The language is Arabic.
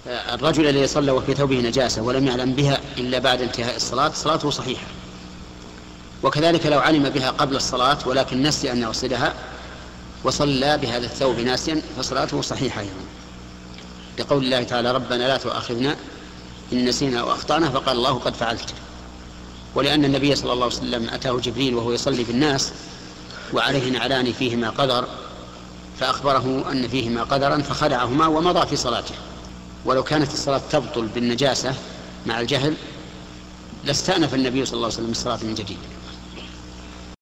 الرجل الذي صلى وفي ثوبه نجاسة ولم يعلم بها إلا بعد انتهاء الصلاة صلاته صحيحة. وكذلك لو علم بها قبل الصلاة ولكن نسي أن يغسلها وصلى بهذا الثوب ناسيا فصلاته صحيحة أيضا، لقول الله تعالى ربنا لا تؤاخذنا إن نسينا أو أخطأنا، فقال الله قد فعلت. ولأن النبي صلى الله عليه وسلم أتاه جبريل وهو يصلي بالناس وعليه نعلان فيهما قدر، فأخبره أن فيهما قدرا فخلعهما ومضى في صلاته. ولو كانت الصلاة تبطل بالنجاسة مع الجهل لاستأنف النبي صلى الله عليه وسلم الصلاة من جديد.